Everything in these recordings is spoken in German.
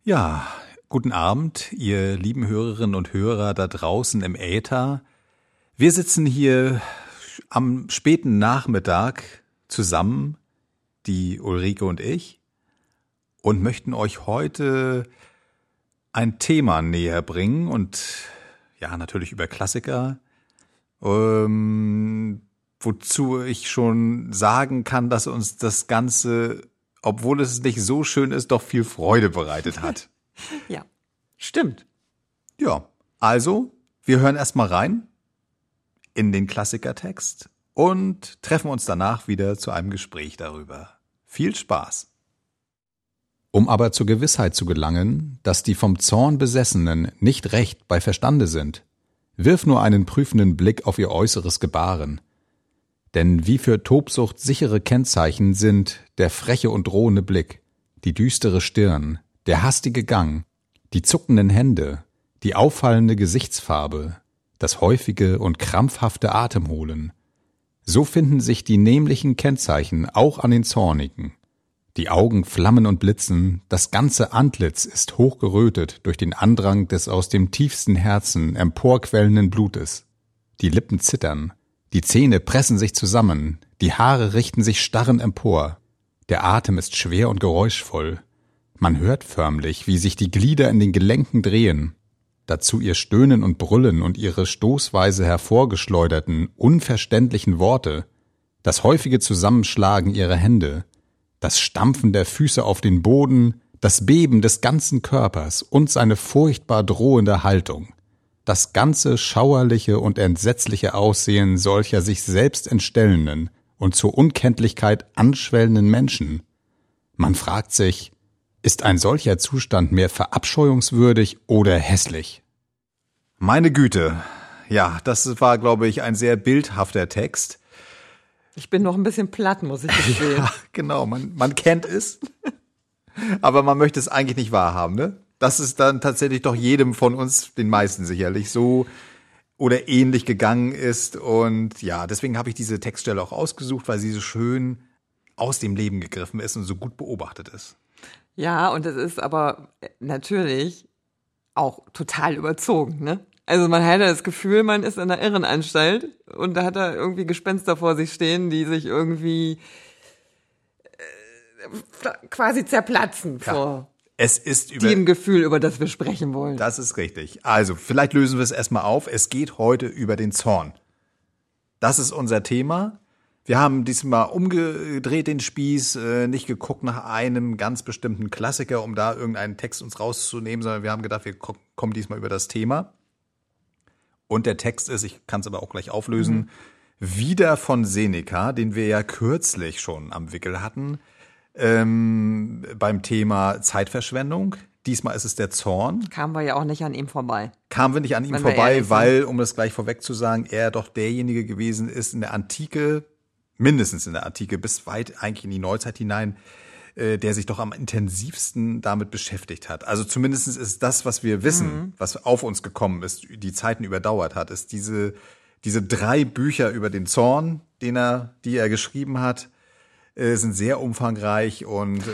Ja, guten Abend, ihr lieben Hörerinnen und Hörer da draußen im Äther. Wir sitzen hier am späten Nachmittag zusammen, die Ulrike und ich, und möchten euch heute ein Thema näher bringen und ja, natürlich über Klassiker, wozu ich schon sagen kann, dass uns das Ganze, obwohl es nicht so schön ist, doch viel Freude bereitet hat. Ja, stimmt. Ja, also, wir hören erstmal rein in den Klassikertext und treffen uns danach wieder zu einem Gespräch darüber. Viel Spaß! Um aber zur Gewissheit zu gelangen, dass die vom Zorn Besessenen nicht recht bei Verstande sind, wirf nur einen prüfenden Blick auf ihr äußeres Gebaren. Denn wie für Tobsucht sichere Kennzeichen sind der freche und drohende Blick, die düstere Stirn, der hastige Gang, die zuckenden Hände, die auffallende Gesichtsfarbe, das häufige und krampfhafte Atemholen. So finden sich die nämlichen Kennzeichen auch an den Zornigen. Die Augen flammen und blitzen, das ganze Antlitz ist hochgerötet durch den Andrang des aus dem tiefsten Herzen emporquellenden Blutes. Die Lippen zittern, die Zähne pressen sich zusammen, die Haare richten sich starrend empor. Der Atem ist schwer und geräuschvoll. Man hört förmlich, wie sich die Glieder in den Gelenken drehen. Dazu ihr Stöhnen und Brüllen und ihre stoßweise hervorgeschleuderten, unverständlichen Worte, das häufige Zusammenschlagen ihrer Hände, das Stampfen der Füße auf den Boden, das Beben des ganzen Körpers und seine furchtbar drohende Haltung. Das ganze schauerliche und entsetzliche Aussehen solcher sich selbst entstellenden und zur Unkenntlichkeit anschwellenden Menschen. Man fragt sich, ist ein solcher Zustand mehr verabscheuungswürdig oder hässlich? Meine Güte, ja, das war, glaube ich, ein sehr bildhafter Text. Ich bin noch ein bisschen platt, muss ich gestehen. Ja, genau, man kennt es, aber man möchte es eigentlich nicht wahrhaben, ne? Das ist dann tatsächlich doch jedem von uns, den meisten sicherlich, so oder ähnlich gegangen ist. Und ja, deswegen habe ich diese Textstelle auch ausgesucht, weil sie so schön aus dem Leben gegriffen ist und so gut beobachtet ist. Ja, und es ist aber natürlich auch total überzogen, ne? Also man hat ja das Gefühl, man ist in einer Irrenanstalt und da hat er irgendwie Gespenster vor sich stehen, die sich irgendwie quasi zerplatzen vor Es ist dem Gefühl, über das wir sprechen wollen. Das ist richtig. Also, vielleicht lösen wir es erstmal auf. Es geht heute über den Zorn. Das ist unser Thema. Wir haben diesmal umgedreht den Spieß, nicht geguckt nach einem ganz bestimmten Klassiker, um da irgendeinen Text uns rauszunehmen, sondern wir haben gedacht, wir kommen diesmal über das Thema. Und der Text ist, ich kann es aber auch gleich auflösen, wieder von Seneca, den wir ja kürzlich schon am Wickel hatten, beim Thema Zeitverschwendung. Diesmal ist es der Zorn. Kamen wir ja auch nicht an ihm vorbei. Kamen wir nicht an ihm vorbei, weil, um das gleich vorweg zu sagen, er doch derjenige gewesen ist in der Antike, mindestens in der Antike, bis weit eigentlich in die Neuzeit hinein, der sich doch am intensivsten damit beschäftigt hat. Also zumindest ist das, was wir wissen, was auf uns gekommen ist, die Zeiten überdauert hat, ist diese 3 Bücher über den Zorn, die er geschrieben hat, sind sehr umfangreich und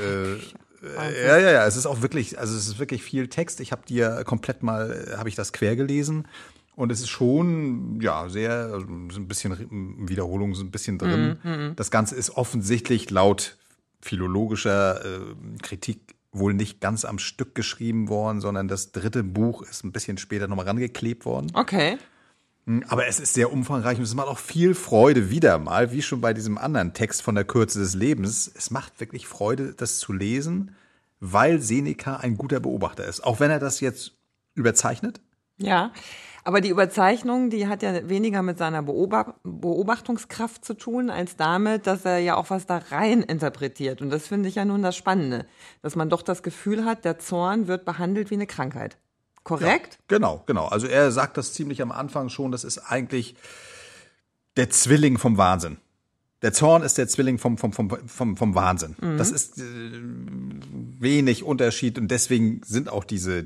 ja, es ist auch wirklich, also es ist wirklich viel Text. Ich habe habe ich das quer gelesen und es ist schon, ja, sehr, also so ein bisschen Wiederholung, so ein bisschen drin. Das Ganze ist offensichtlich laut philologischer Kritik wohl nicht ganz am Stück geschrieben worden, sondern das 3. Buch ist ein bisschen später nochmal rangeklebt worden. Okay. Aber es ist sehr umfangreich und es macht auch viel Freude wieder mal, wie schon bei diesem anderen Text von der Kürze des Lebens. Es macht wirklich Freude, das zu lesen, weil Seneca ein guter Beobachter ist. Auch wenn er das jetzt überzeichnet. Ja, aber die Überzeichnung, die hat ja weniger mit seiner Beobachtungskraft zu tun, als damit, dass er ja auch was da rein interpretiert. Und das finde ich ja nun das Spannende, dass man doch das Gefühl hat, der Zorn wird behandelt wie eine Krankheit. Korrekt? Ja, genau. Also er sagt das ziemlich am Anfang schon, das ist eigentlich der Zwilling vom Wahnsinn. Der Zorn ist der Zwilling vom Wahnsinn. Das ist wenig Unterschied und deswegen sind auch diese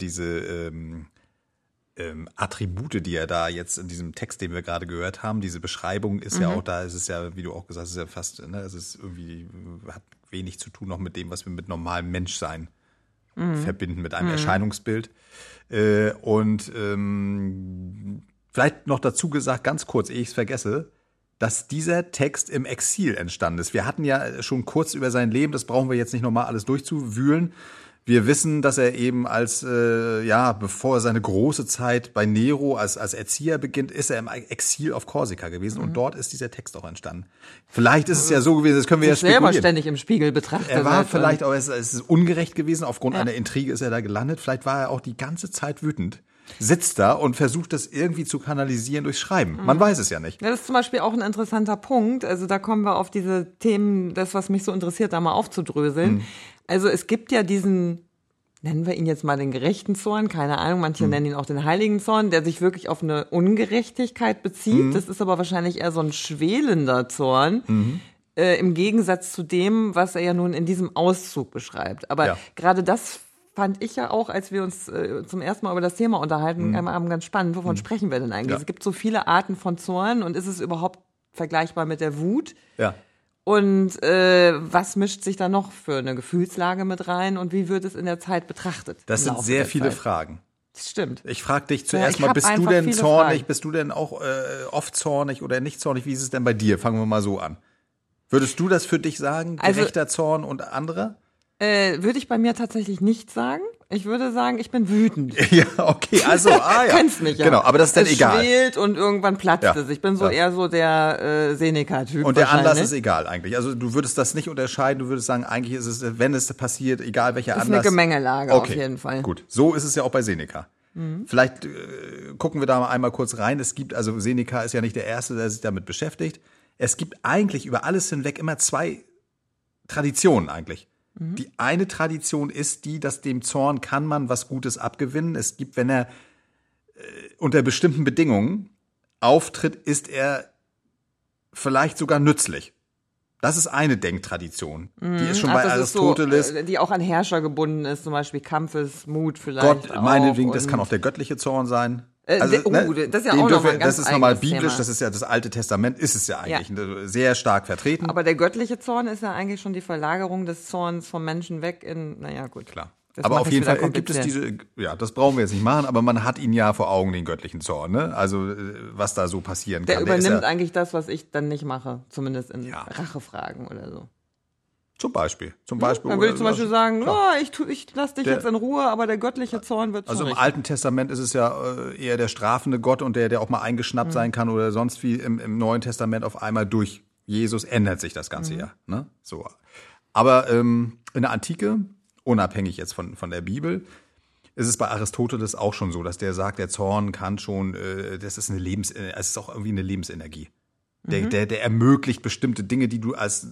Attribute, die er da jetzt in diesem Text, den wir gerade gehört haben, diese Beschreibung ist ja auch da, es ist ja, wie du auch gesagt hast, ist ja fast, ne, es ist irgendwie, hat wenig zu tun noch mit dem, was wir mit normalem Menschsein verbinden mit einem Erscheinungsbild. Und vielleicht noch dazu gesagt, ganz kurz, ehe ich es vergesse, dass dieser Text im Exil entstanden ist. Wir hatten ja schon kurz über sein Leben, das brauchen wir jetzt nicht nochmal alles durchzuwühlen. Wir wissen, dass er eben bevor er seine große Zeit bei Nero als Erzieher beginnt, ist er im Exil auf Korsika gewesen und dort ist dieser Text auch entstanden. Vielleicht ist es ja so gewesen, das können wir ja spekulieren. Selber ständig im Spiegel betrachtet. Er war vielleicht auch, es ist ungerecht gewesen, aufgrund einer Intrige ist er da gelandet. Vielleicht war er auch die ganze Zeit wütend. Sitzt da und versucht das irgendwie zu kanalisieren durch Schreiben. Man weiß es ja nicht. Das ist zum Beispiel auch ein interessanter Punkt. Also da kommen wir auf diese Themen, das, was mich so interessiert, da mal aufzudröseln. Also es gibt ja diesen, nennen wir ihn jetzt mal den gerechten Zorn, keine Ahnung, manche nennen ihn auch den heiligen Zorn, der sich wirklich auf eine Ungerechtigkeit bezieht. Das ist aber wahrscheinlich eher so ein schwelender Zorn. Im Gegensatz zu dem, was er ja nun in diesem Auszug beschreibt. Aber gerade das fand ich ja auch, als wir uns zum ersten Mal über das Thema unterhalten, haben ganz spannend. Wovon sprechen wir denn eigentlich? Ja. Es gibt so viele Arten von Zorn und ist es überhaupt vergleichbar mit der Wut? Ja. Und was mischt sich da noch für eine Gefühlslage mit rein und wie wird es in der Zeit betrachtet? Das im sind Laufe sehr der viele Zeit? Fragen. Das stimmt. Ich frage dich zuerst ich mal, hab bist du einfach denn viele zornig? Fragen. Bist du denn auch oft zornig oder nicht zornig? Wie ist es denn bei dir? Fangen wir mal so an. Würdest du das für dich sagen? Also- Gerechter Zorn und andere? Würde ich bei mir tatsächlich nicht sagen. Ich würde sagen, ich bin wütend. Ja, okay, also, ja. Kennst mich ja. Genau, aber das ist dann es egal. schwelt und irgendwann platzt Ja. es. Ich bin so Ja. eher so der Seneca-Typ. Und der Anlass wahrscheinlich. ist egal eigentlich. Also du würdest das nicht unterscheiden, du würdest sagen, eigentlich ist es, wenn es passiert, egal welcher ist Anlass. eine Gemengelage Okay, auf jeden Fall. Gut, so ist es ja auch bei Seneca. Vielleicht gucken wir da mal einmal kurz rein. Es gibt, also Seneca ist ja nicht der Erste, der sich damit beschäftigt. Es gibt eigentlich über alles hinweg immer zwei Traditionen eigentlich. Die eine Tradition ist die, dass dem Zorn kann man was Gutes abgewinnen. Es gibt, wenn er unter bestimmten Bedingungen auftritt, ist er vielleicht sogar nützlich. Das ist eine Denktradition. Die ist schon bei das ist so, Aristoteles. die auch an Herrscher gebunden ist, zum Beispiel Kampfesmut vielleicht. Gott, auch. meinetwegen, das Und- kann auch der göttliche Zorn sein. das ist ja den auch noch dürfen mal wir- ein ganz das ist nochmal eigenes biblisch, Thema. das ist ja das Alte Testament, ist es ja eigentlich sehr stark vertreten. Aber der göttliche Zorn ist ja eigentlich schon die Verlagerung des Zorns vom Menschen weg in, naja, gut. Klar. Das Aber macht auf es jeden wieder Fall gibt es kompliziert. das brauchen wir jetzt nicht machen, aber man hat ihn ja vor Augen, den göttlichen Zorn, ne? Also, was da so passieren Der kann. übernimmt ist ja, eigentlich das, was ich dann nicht mache, zumindest in Ja. Rachefragen oder so. zum Beispiel. Dann würde ich zum Beispiel sagen, klar. ich lass dich Der- jetzt in Ruhe, aber der göttliche Zorn wird Also im zurück. Alten Testament ist es ja eher der strafende Gott und der auch mal eingeschnappt sein kann oder sonst wie im Neuen Testament auf einmal durch Jesus ändert sich das Ganze ja. Ne? So. Aber in der Antike, unabhängig jetzt von der Bibel, ist es bei Aristoteles auch schon so, dass der sagt, der Zorn kann schon, das ist es ist auch irgendwie eine Lebensenergie. Der ermöglicht bestimmte Dinge, die du als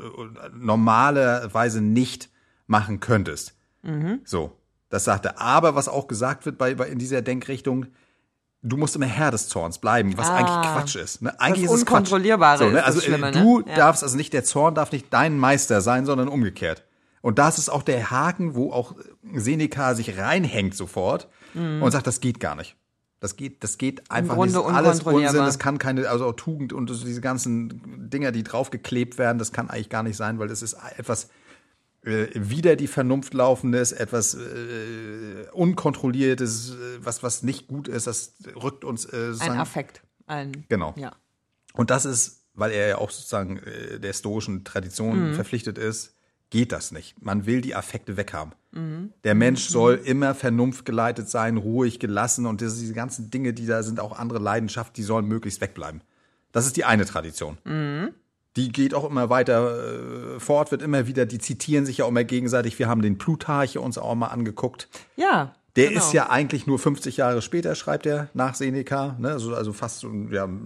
normalerweise nicht machen könntest. So, das sagt er. Aber was auch gesagt wird in dieser Denkrichtung, du musst immer Herr des Zorns bleiben, was eigentlich Quatsch ist. Ne? Eigentlich Das ist es Quatsch. Unkontrollierbare So, ne? ist das Also Schlimme, ne? du Ja. darfst, also nicht der Zorn darf nicht dein Meister sein, sondern umgekehrt. Und das ist auch der Haken, wo auch Seneca sich reinhängt sofort und sagt, das geht gar nicht. Das geht einfach Grunde nicht. Das ist alles unkontrollierbar. Unsinn, das kann keine, also auch Tugend und diese ganzen Dinger, die draufgeklebt werden, das kann eigentlich gar nicht sein, weil das ist etwas wider die Vernunft laufendes, etwas unkontrolliertes, was nicht gut ist, das rückt uns Ein sozusagen. Affekt. Genau. Ja. Und das ist, weil er ja auch sozusagen der stoischen Tradition verpflichtet ist, geht das nicht. Man will die Affekte weghaben. Der Mensch soll immer vernunftgeleitet sein, ruhig, gelassen und diese ganzen Dinge, die da sind, auch andere Leidenschaften, die sollen möglichst wegbleiben. Das ist die eine Tradition. Die geht auch immer weiter fort, wird immer wieder, die zitieren sich ja auch immer gegenseitig. Wir haben den Plutarch uns auch mal angeguckt. Ja. Der genau. ist ja eigentlich nur 50 Jahre später, schreibt er, nach Seneca, ne? Also fast so,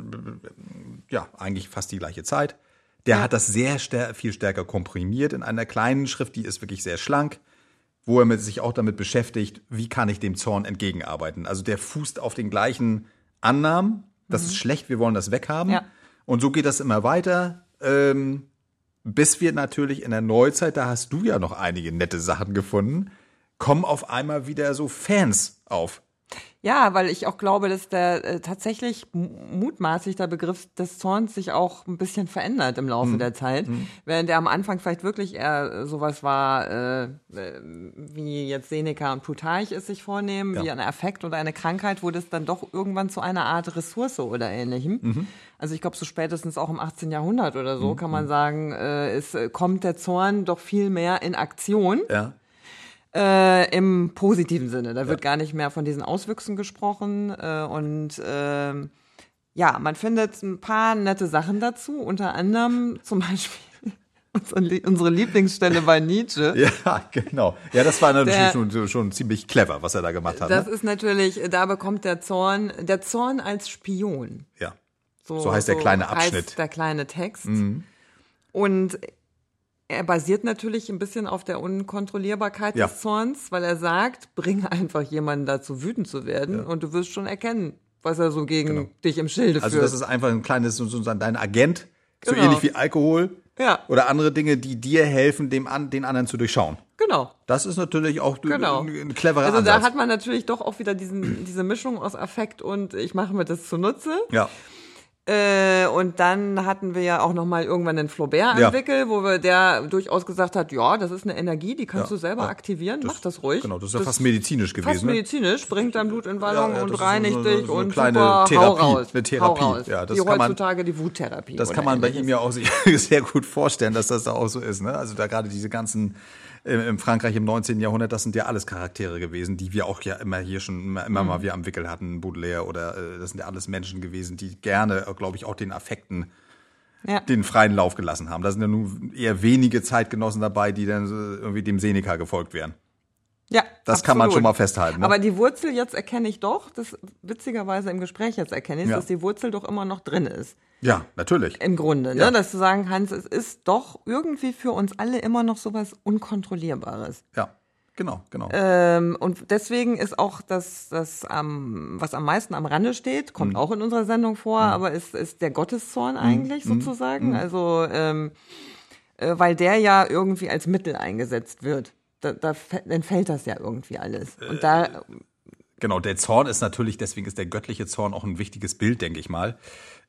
ja, eigentlich fast die gleiche Zeit. Der hat das sehr viel stärker komprimiert in einer kleinen Schrift, die ist wirklich sehr schlank, wo er sich auch damit beschäftigt, wie kann ich dem Zorn entgegenarbeiten. Also der fußt auf den gleichen Annahmen, das ist schlecht, wir wollen das weghaben. Ja. Und so geht das immer weiter, bis wir natürlich in der Neuzeit, da hast du ja noch einige nette Sachen gefunden, kommen auf einmal wieder so Fans auf. Ja, weil ich auch glaube, dass der tatsächlich mutmaßlich der Begriff des Zorns sich auch ein bisschen verändert im Laufe der Zeit. Während er am Anfang vielleicht wirklich eher sowas war, wie jetzt Seneca und Plutarch es sich vornehmen, Ja. wie ein Affekt oder eine Krankheit, wurde es dann doch irgendwann zu einer Art Ressource oder Ähnlichem. Also ich glaube, so spätestens auch im 18. Jahrhundert oder so kann man sagen, kommt der Zorn doch viel mehr in Aktion. Ja. Im positiven Sinne. Da wird gar nicht mehr von diesen Auswüchsen gesprochen. Ja, man findet ein paar nette Sachen dazu. Unter anderem zum Beispiel unsere Lieblingsstelle bei Nietzsche. Ja, genau. Ja, das war natürlich schon ziemlich clever, was er da gemacht hat. Das Ne? ist natürlich, da bekommt der Zorn als Spion. Ja. So heißt der kleine Abschnitt. Heißt der kleine Text. Und er basiert natürlich ein bisschen auf der Unkontrollierbarkeit des Zorns, weil er sagt, bring einfach jemanden dazu, wütend zu werden und du wirst schon erkennen, was er so gegen dich im Schilde führt. Also das ist einfach ein kleines, sozusagen dein Agent, so Genau. ähnlich wie Alkohol Ja. oder andere Dinge, die dir helfen, den anderen zu durchschauen. Genau. Das ist natürlich auch ein cleverer Also Ansatz. da hat man natürlich doch auch wieder diese Mischung aus Affekt und ich mache mir das zunutze. Ja. Und dann hatten wir ja auch noch mal irgendwann den Flaubert entwickelt, wo der durchaus gesagt hat, ja, das ist eine Energie, die kannst du selber aktivieren, mach das ruhig. Genau, das ist ja fast medizinisch gewesen. Fast medizinisch, bringt dein Blut in Wallung Ja, und das ist reinigt dich so eine und kleine super, Therapie, hau raus. eine Therapie. Hau raus. Ja, das wie kann man- heutzutage die Wuttherapie. Das oder kann man bei ähnliches. ihm ja auch sich sehr gut vorstellen, dass das da auch so ist. Ne? Also da gerade diese ganzen im Frankreich im 19. Jahrhundert, das sind ja alles Charaktere gewesen, die wir auch ja immer hier schon immer mal wieder am Wickel hatten, Baudelaire oder das sind ja alles Menschen gewesen, die gerne, glaube ich, auch den Affekten den freien Lauf gelassen haben. Da sind ja nun eher wenige Zeitgenossen dabei, die dann irgendwie dem Seneca gefolgt wären. Ja, Das kann man absolut. schon mal festhalten. Ne? Aber die Wurzel jetzt erkenne ich doch, das witzigerweise im Gespräch jetzt erkenne ich, dass die Wurzel doch immer noch drin ist. Ja, natürlich. Im Grunde, Ja. ne? Dass du sagen kannst, es ist doch irgendwie für uns alle immer noch sowas Unkontrollierbares. Ja, genau. Und deswegen ist auch was am meisten am Rande steht, kommt auch in unserer Sendung vor, aber ist der Gotteszorn eigentlich sozusagen. Also, weil der ja irgendwie als Mittel eingesetzt wird. Dann fällt das ja irgendwie alles. Und da, Genau, der Zorn ist natürlich, deswegen ist der göttliche Zorn auch ein wichtiges Bild, denke ich mal,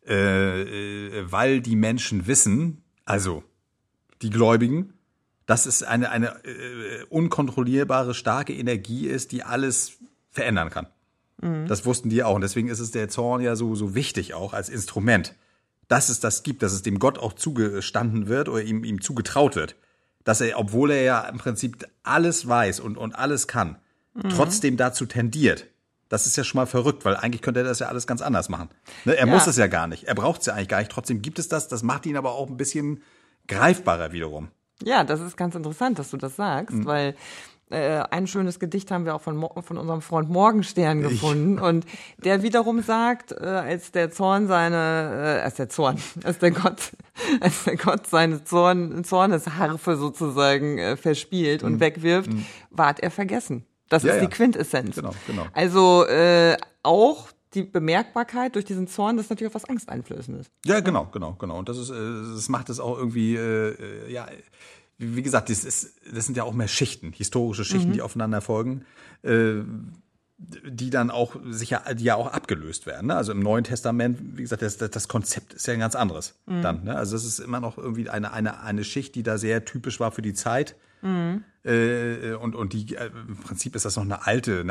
weil die Menschen wissen, also die Gläubigen, dass es eine unkontrollierbare, starke Energie ist, die alles verändern kann. Das wussten die auch und deswegen ist es der Zorn ja so wichtig auch als Instrument, dass es das gibt, dass es dem Gott auch zugestanden wird oder ihm zugetraut wird, dass er, obwohl er ja im Prinzip alles weiß und alles kann, trotzdem dazu tendiert. Das ist ja schon mal verrückt, weil eigentlich könnte er das ja alles ganz anders machen. Ne? Er muss es ja gar nicht. Er braucht es ja eigentlich gar nicht. Trotzdem gibt es das. Das macht ihn aber auch ein bisschen greifbarer wiederum. ja, das ist ganz interessant, dass du das sagst, weil ein schönes Gedicht haben wir auch von unserem Freund Morgenstern gefunden und der wiederum sagt, als der Gott seine Zornesharfe sozusagen verspielt und wegwirft, ward er vergessen. Das ist die Quintessenz. Genau. Also auch die Bemerkbarkeit durch diesen Zorn, das ist natürlich auch was Angsteinflößendes. Ja, genau. Und das macht es auch irgendwie, wie gesagt, das sind ja auch mehr Schichten, historische Schichten, die aufeinander folgen, die dann auch die ja auch abgelöst werden. Ne? Also im Neuen Testament, wie gesagt, das Konzept ist ja ein ganz anderes dann. Ne? Also das ist immer noch irgendwie eine Schicht, die da sehr typisch war für die Zeit. Und die im Prinzip ist das noch eine alte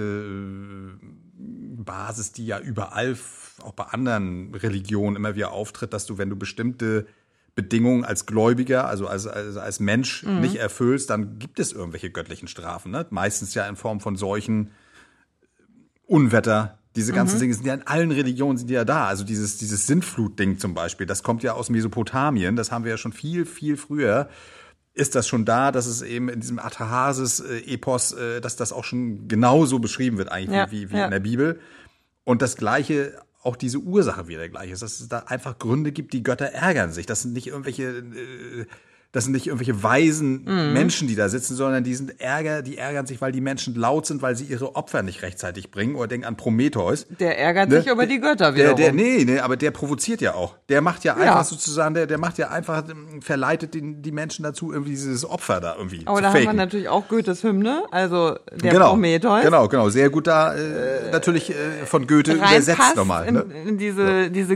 Basis, die ja überall, auch bei anderen Religionen immer wieder auftritt, dass du, wenn du bestimmte Bedingungen als Gläubiger, also als Mensch nicht erfüllst, dann gibt es irgendwelche göttlichen Strafen. Ne? Meistens ja in Form von Seuchen, Unwetter. Diese ganzen Dinge sind ja in allen Religionen sind die ja da. Also dieses Sintflut-Ding zum Beispiel, das kommt ja aus Mesopotamien. Das haben wir ja schon viel, viel früher. Ist das schon da, dass es eben in diesem Atrahasis-Epos, dass das auch schon genauso beschrieben wird eigentlich wie in der Bibel. Und das Gleiche, auch diese Ursache wieder gleich ist, dass es da einfach Gründe gibt, die Götter ärgern sich. Das sind nicht irgendwelche Das sind nicht irgendwelche weisen Menschen, die da sitzen, sondern die ärgern sich, weil die Menschen laut sind, weil sie ihre Opfer nicht rechtzeitig bringen. Oder denk an Prometheus. Der ärgert sich über die Götter wiederum. Nee, aber der provoziert ja auch. Der macht ja einfach sozusagen, der macht ja einfach, verleitet die Menschen dazu, irgendwie dieses Opfer da irgendwie aber zu da faken. haben wir natürlich auch Goethes Hymne, also der Prometheus. Genau. Sehr gut da natürlich von Goethe übersetzt nochmal. In diese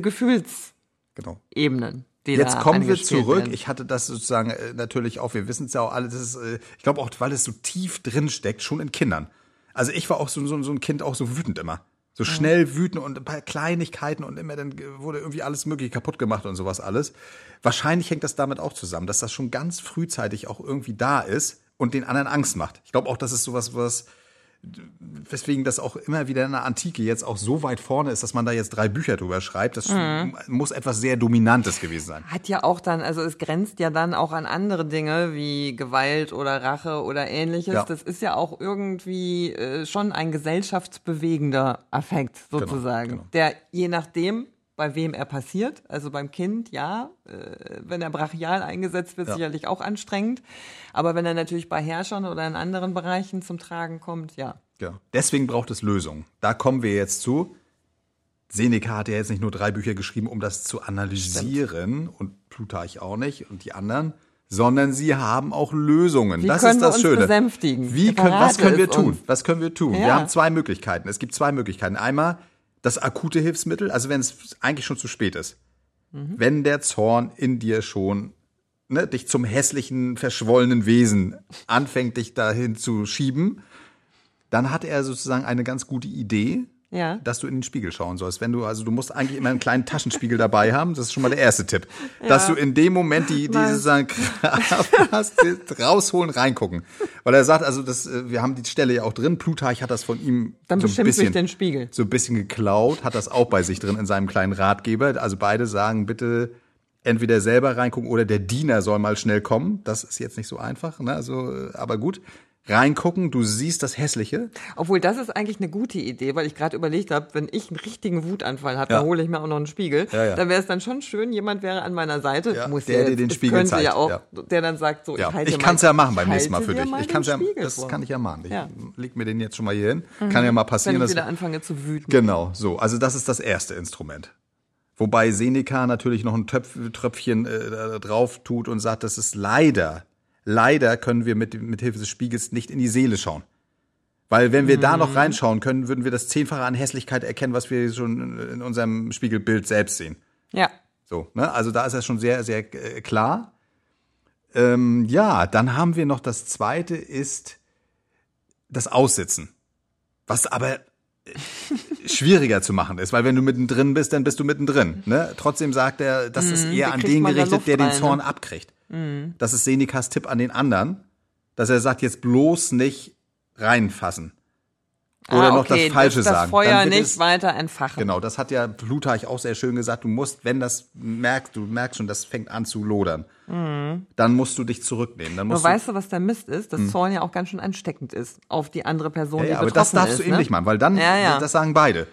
Gefühlsebenen. Jetzt kommen wir zurück. Ich hatte das sozusagen natürlich auch, wir wissen es ja auch alle, das ist, ich glaube auch, weil es so tief drin steckt, schon in Kindern. Also ich war auch so ein Kind, auch so wütend immer. So schnell wütend und ein paar Kleinigkeiten und immer dann wurde irgendwie alles mögliche kaputt gemacht und sowas alles. Wahrscheinlich hängt das damit auch zusammen, dass das schon ganz frühzeitig auch irgendwie da ist und den anderen Angst macht. Ich glaube auch, das ist sowas, weswegen das auch immer wieder in der Antike jetzt auch so weit vorne ist, dass man da jetzt 3 Bücher drüber schreibt. Das muss etwas sehr Dominantes gewesen sein. Hat ja auch dann, also es grenzt ja dann auch an andere Dinge wie Gewalt oder Rache oder Ähnliches. Ja. Das ist ja auch irgendwie schon ein gesellschaftsbewegender Affekt sozusagen, genau. Der je nachdem, bei wem er passiert, also beim Kind, wenn er brachial eingesetzt wird, sicherlich auch anstrengend. Aber wenn er natürlich bei Herrschern oder in anderen Bereichen zum Tragen kommt, ja. Deswegen braucht es Lösungen. Da kommen wir jetzt zu. Seneca hat ja jetzt nicht nur 3 Bücher geschrieben, um das zu analysieren. Stimmt. Und Plutarch auch nicht und die anderen, sondern sie haben auch Lösungen. Wie das können ist das wir uns Schöne. Besänftigen? Was können wir tun? Was können wir tun? Ja. Wir haben 2 Möglichkeiten. Es gibt 2 Möglichkeiten. Einmal das akute Hilfsmittel, also wenn es eigentlich schon zu spät ist. Wenn der Zorn in dir schon dich zum hässlichen, verschwollenen Wesen anfängt, dich dahin zu schieben, dann hat er sozusagen eine ganz gute Idee, dass du in den Spiegel schauen sollst. Du musst eigentlich immer einen kleinen Taschenspiegel dabei haben, das ist schon mal der erste Tipp. Dass du in dem Moment die sozusagen Kraft hast, rausholen, reingucken. Weil er sagt, also wir haben die Stelle ja auch drin, Plutarch hat das von ihm dann so ein bisschen geklaut, hat das auch bei sich drin in seinem kleinen Ratgeber. Also beide sagen, bitte entweder selber reingucken oder der Diener soll mal schnell kommen. Das ist jetzt nicht so einfach, ne? Also, aber gut. Reingucken, du siehst das Hässliche. Obwohl, das ist eigentlich eine gute Idee, weil ich gerade überlegt habe, wenn ich einen richtigen Wutanfall habe, dann hole ich mir auch noch einen Spiegel. Dann wäre es dann schon schön, jemand wäre an meiner Seite, der dir den Spiegel zeigt. Ja auch, der dann sagt, so, ich kann es ja machen beim nächsten Mal für dich. Das kann ich ja machen. Ich leg mir den jetzt schon mal hier hin. Kann ja mal passieren. Wenn ich wieder anfange zu wüten. Genau, so. Also das ist das erste Instrument. Wobei Seneca natürlich noch ein Tröpfchen drauf tut und sagt, das ist leider können wir mit Hilfe des Spiegels nicht in die Seele schauen. Weil wenn wir da noch reinschauen können, würden wir das 10-fache an Hässlichkeit erkennen, was wir schon in unserem Spiegelbild selbst sehen. Ja. So, ne? Also da ist das schon sehr, sehr klar. Dann haben wir noch das zweite, ist das Aussitzen. Was aber schwieriger zu machen ist, weil wenn du mittendrin bist, dann bist du mittendrin. Ne? Trotzdem sagt er, das ist eher an den gerichtet, der den Zorn abkriegt. Das ist Senecas Tipp an den anderen, dass er sagt, jetzt bloß nicht reinfassen. Oder noch das Falsche sagen. Das Feuer nicht weiter entfachen. Genau, das hat ja Plutarch auch sehr schön gesagt. Du musst, wenn du merkst schon, das fängt an zu lodern, dann musst du dich zurücknehmen. Weißt du, was der Mist ist? Dass Zorn ja auch ganz schön ansteckend ist auf die andere Person, die betroffen ist. Aber das darfst du eben nicht machen, weil dann, das sagen beide.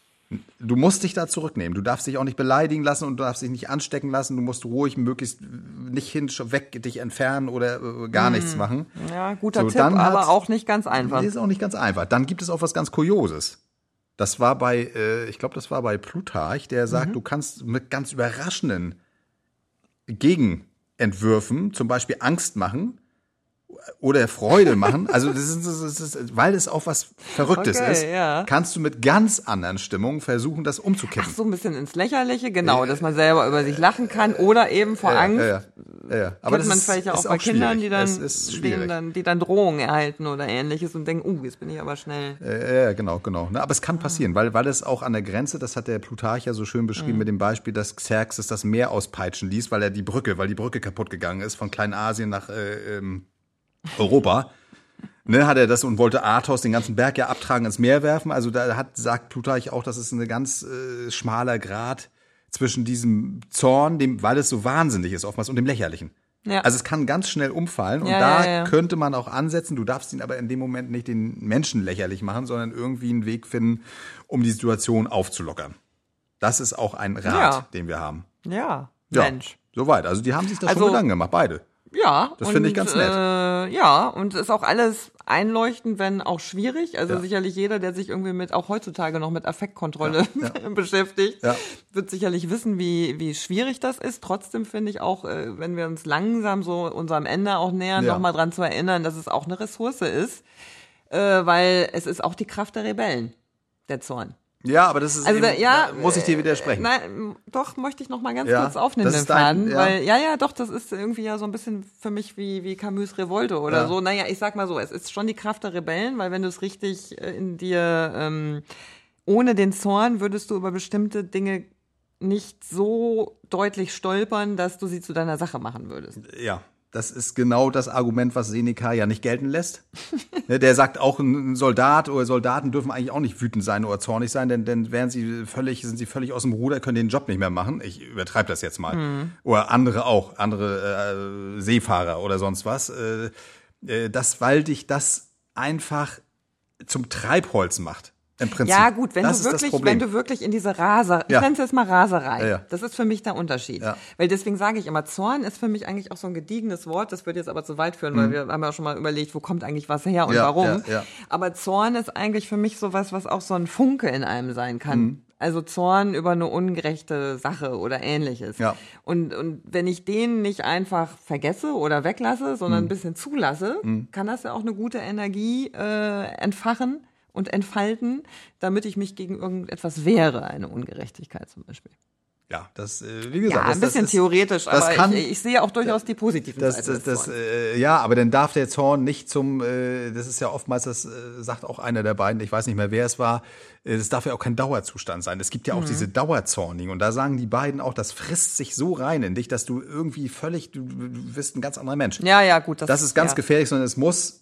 Du musst dich da zurücknehmen. Du darfst dich auch nicht beleidigen lassen und du darfst dich nicht anstecken lassen. Du musst ruhig möglichst nicht weg dich entfernen oder gar nichts machen. Ja, guter Tipp, aber auch nicht ganz einfach. Das ist auch nicht ganz einfach. Dann gibt es auch was ganz Kurioses. Das war bei Plutarch, der sagt, du kannst mit ganz überraschenden Gegenentwürfen zum Beispiel Angst machen oder Freude machen, also das ist, weil es auch was Verrücktes ist, kannst du mit ganz anderen Stimmungen versuchen, das umzukippen. Ach, so ein bisschen ins Lächerliche, genau, dass man selber über sich lachen kann oder eben vor Angst. Aber das man vielleicht ja auch bei Kindern, die dann Drohungen erhalten oder Ähnliches und denken, jetzt bin ich aber schnell. Genau. Ne? Aber es kann passieren, weil es auch an der Grenze, das hat der Plutarch ja so schön beschrieben mit dem Beispiel, dass Xerxes das Meer auspeitschen ließ, weil die Brücke kaputt gegangen ist von Kleinasien nach Europa, hat er das und wollte Athos den ganzen Berg ja abtragen, ins Meer werfen. Also sagt Plutarch auch, das ist ein ganz schmaler Grat zwischen diesem Zorn, weil es so wahnsinnig ist oftmals, und dem Lächerlichen. Ja. Also es kann ganz schnell umfallen und könnte man auch ansetzen. Du darfst ihn aber in dem Moment nicht den Menschen lächerlich machen, sondern irgendwie einen Weg finden, um die Situation aufzulockern. Das ist auch ein Rat, den wir haben. Ja, Mensch. Soweit. Also die haben sich das schon Gedanken gemacht, beide. Ja. Das finde ich ganz nett. Ja, und ist auch alles einleuchtend, wenn auch schwierig. Also Ja. sicherlich jeder, der sich irgendwie auch heutzutage noch mit Affektkontrolle beschäftigt, wird sicherlich wissen, wie schwierig das ist. Trotzdem finde ich auch, wenn wir uns langsam so unserem Ende auch nähern, noch mal dran zu erinnern, dass es auch eine Ressource ist, weil es ist auch die Kraft der Rebellen, der Zorn. Ja, aber das ist Also eben, da muss ich dir widersprechen. Nein, doch, möchte ich noch mal ganz Ja, kurz aufnehmen, das den ist dein- Faden, ja. weil, doch, das ist irgendwie ja so ein bisschen für mich wie Camus' Revolte oder Ja. so. Naja, ich sag mal so, es ist schon die Kraft der Rebellen, weil wenn du es richtig in dir, ohne den Zorn würdest du über bestimmte Dinge nicht so deutlich stolpern, dass du sie zu deiner Sache machen würdest. Ja, das ist genau das Argument, was Seneca ja nicht gelten lässt. Ne, der sagt auch, ein Soldat oder Soldaten dürfen eigentlich auch nicht wütend sein oder zornig sein, denn sind sie völlig aus dem Ruder, können den Job nicht mehr machen. Ich übertreibe das jetzt mal. Oder andere auch, andere Seefahrer oder sonst was. Weil dich das einfach zum Treibholz macht. Im Prinzip. Ja, gut, wenn das du ist das Problem. wirklich in diese Raserei, ich Ja. nenne es jetzt mal Raserei, Ja. das ist für mich der Unterschied. Ja. Weil deswegen sage ich immer, Zorn ist für mich eigentlich auch so ein gediegenes Wort, das wird jetzt aber zu weit führen, weil wir haben ja schon mal überlegt, wo kommt eigentlich was her und Ja, warum. ja. Aber Zorn ist eigentlich für mich sowas, was auch so ein Funke in einem sein kann. Also Zorn über eine ungerechte Sache oder Ähnliches. Ja. Und wenn ich den nicht einfach vergesse oder weglasse, sondern ein bisschen zulasse, kann das ja auch eine gute Energie entfachen und entfalten, damit ich mich gegen irgendetwas wehre, eine Ungerechtigkeit zum Beispiel. Ja, das, wie gesagt, Ja, ein bisschen ist, theoretisch, das aber kann- ich sehe auch durchaus die positiven Seiten des Zorns. Ja, aber dann darf der Zorn nicht das ist ja oftmals, das sagt auch einer der beiden, ich weiß nicht mehr, wer es war, das darf ja auch kein Dauerzustand sein. Es gibt ja auch diese Dauerzornigen und da sagen die beiden auch, das frisst sich so rein in dich, dass du irgendwie du bist ein ganz anderer Mensch. Ja, gut. Das ist ganz ja. gefährlich, sondern es muss,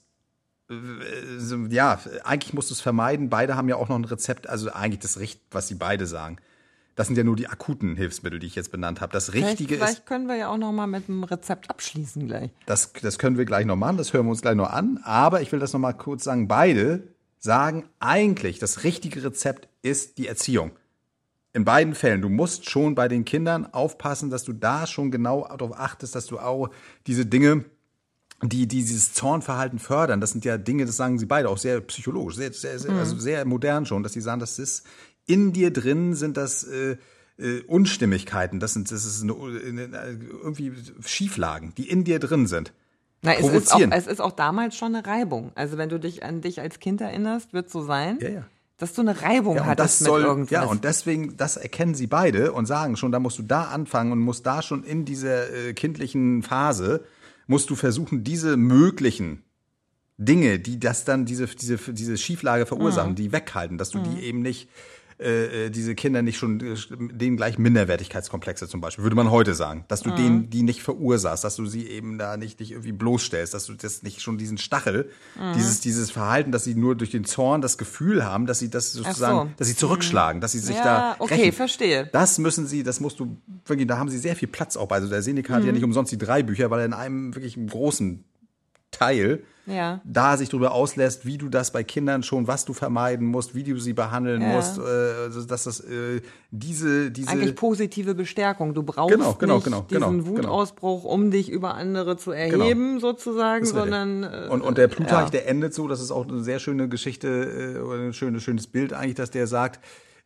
eigentlich musst du es vermeiden. Beide haben ja auch noch ein Rezept, also eigentlich das was sie beide sagen. Das sind ja nur die akuten Hilfsmittel, die ich jetzt benannt habe. Das Richtige Vielleicht können wir ja auch noch mal mit dem Rezept abschließen gleich. das können wir gleich noch machen, das hören wir uns gleich noch an. Aber ich will das noch mal kurz sagen, beide sagen eigentlich, das richtige Rezept ist die Erziehung. In beiden Fällen. Du musst schon bei den Kindern aufpassen, dass du da schon genau darauf achtest, dass du auch diese Dinge, die dieses Zornverhalten fördern, das sind ja Dinge, das sagen sie beide auch sehr psychologisch, also sehr modern schon, dass sie sagen, das ist in dir drin sind das Unstimmigkeiten, das ist irgendwie Schieflagen, die in dir drin sind. Na, Provozieren. es ist auch damals schon eine Reibung. Also wenn du dich an dich als Kind erinnerst, wird so sein, Ja. dass du eine Reibung Ja, und hattest das soll, mit irgendwas. ja, und deswegen, das erkennen sie beide und sagen schon, da musst du da anfangen und musst da schon in dieser kindlichen Phase, musst du versuchen, diese möglichen Dinge, die das dann, diese Schieflage verursachen, die weghalten, dass du die eben nicht, diese Kinder nicht schon, denen gleich Minderwertigkeitskomplexe zum Beispiel, würde man heute sagen, dass du denen die nicht verursachst, dass du sie eben da nicht dich irgendwie bloßstellst, dass du das nicht schon diesen Stachel, dieses Verhalten, dass sie nur durch den Zorn das Gefühl haben, dass sie das sozusagen, dass sie zurückschlagen, dass sie sich da okay, rächen. verstehe. Das musst du, wirklich, da haben sie sehr viel Platz auch bei. Also der Seneca hat ja nicht umsonst die 3 Bücher, weil er in einem wirklich großen Teil da sich darüber auslässt, wie du das bei Kindern schon, was du vermeiden musst, wie du sie behandeln musst, also dass das diese Eigentlich positive Bestärkung. Du brauchst Genau, nicht diesen Wutausbruch, um dich über andere zu erheben, sozusagen, sondern und der Plutarch, der endet so, das ist auch eine sehr schöne Geschichte oder ein schönes Bild eigentlich, dass der sagt,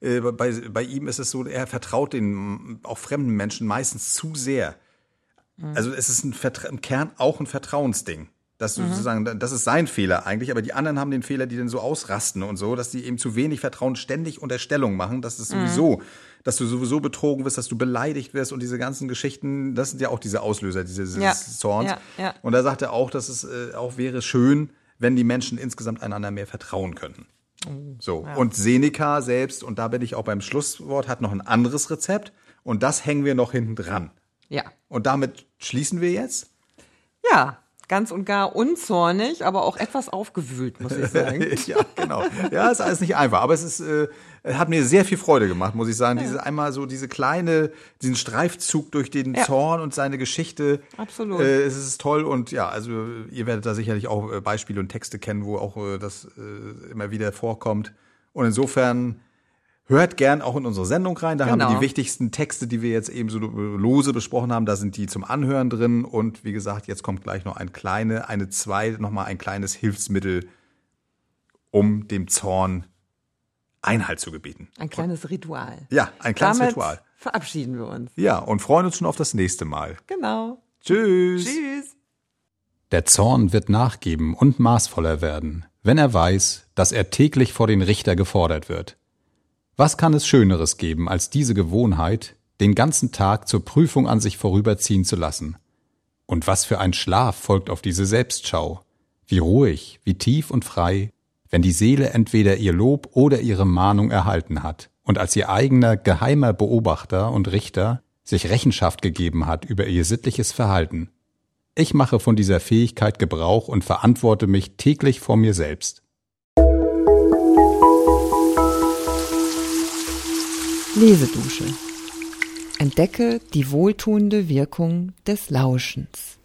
bei ihm ist es so, er vertraut den auch fremden Menschen meistens zu sehr. Also es ist im Kern auch ein Vertrauensding. Das sozusagen, das ist sein Fehler eigentlich, aber die anderen haben den Fehler, die dann so ausrasten und so, dass die eben zu wenig Vertrauen ständig Unterstellung machen, dass du sowieso betrogen wirst, dass du beleidigt wirst und diese ganzen Geschichten, das sind ja auch diese Auslöser dieses Zorns. Ja. Und da sagt er auch, dass es auch wäre schön, wenn die Menschen insgesamt einander mehr vertrauen könnten. So. Ja. Und Seneca selbst, und da bin ich auch beim Schlusswort, hat noch ein anderes Rezept und das hängen wir noch hinten dran. Ja. Und damit schließen wir jetzt? Ja. Ganz und gar unzornig, aber auch etwas aufgewühlt, muss ich sagen. Ja, genau. Ja, ist alles nicht einfach. Aber es hat mir sehr viel Freude gemacht, muss ich sagen. Diesen Streifzug durch den Zorn und seine Geschichte. Absolut. Es ist toll und ja, also ihr werdet da sicherlich auch Beispiele und Texte kennen, wo auch das immer wieder vorkommt. Und insofern Hört gern auch in unsere Sendung rein. Da haben wir Genau. die wichtigsten Texte, die wir jetzt eben so lose besprochen haben. Da sind die zum Anhören drin. Und wie gesagt, jetzt kommt gleich noch ein kleines Hilfsmittel, um dem Zorn Einhalt zu gebieten. Ein kleines Ritual. Ja, ein kleines Damit Ritual. verabschieden wir uns. Ja, und freuen uns schon auf das nächste Mal. Genau. Tschüss. Tschüss. Der Zorn wird nachgeben und maßvoller werden, wenn er weiß, dass er täglich vor den Richter gefordert wird. Was kann es Schöneres geben, als diese Gewohnheit, den ganzen Tag zur Prüfung an sich vorüberziehen zu lassen? Und was für ein Schlaf folgt auf diese Selbstschau? Wie ruhig, wie tief und frei, wenn die Seele entweder ihr Lob oder ihre Mahnung erhalten hat und als ihr eigener geheimer Beobachter und Richter sich Rechenschaft gegeben hat über ihr sittliches Verhalten. Ich mache von dieser Fähigkeit Gebrauch und verantworte mich täglich vor mir selbst. Lesedusche. Entdecke die wohltuende Wirkung des Lauschens.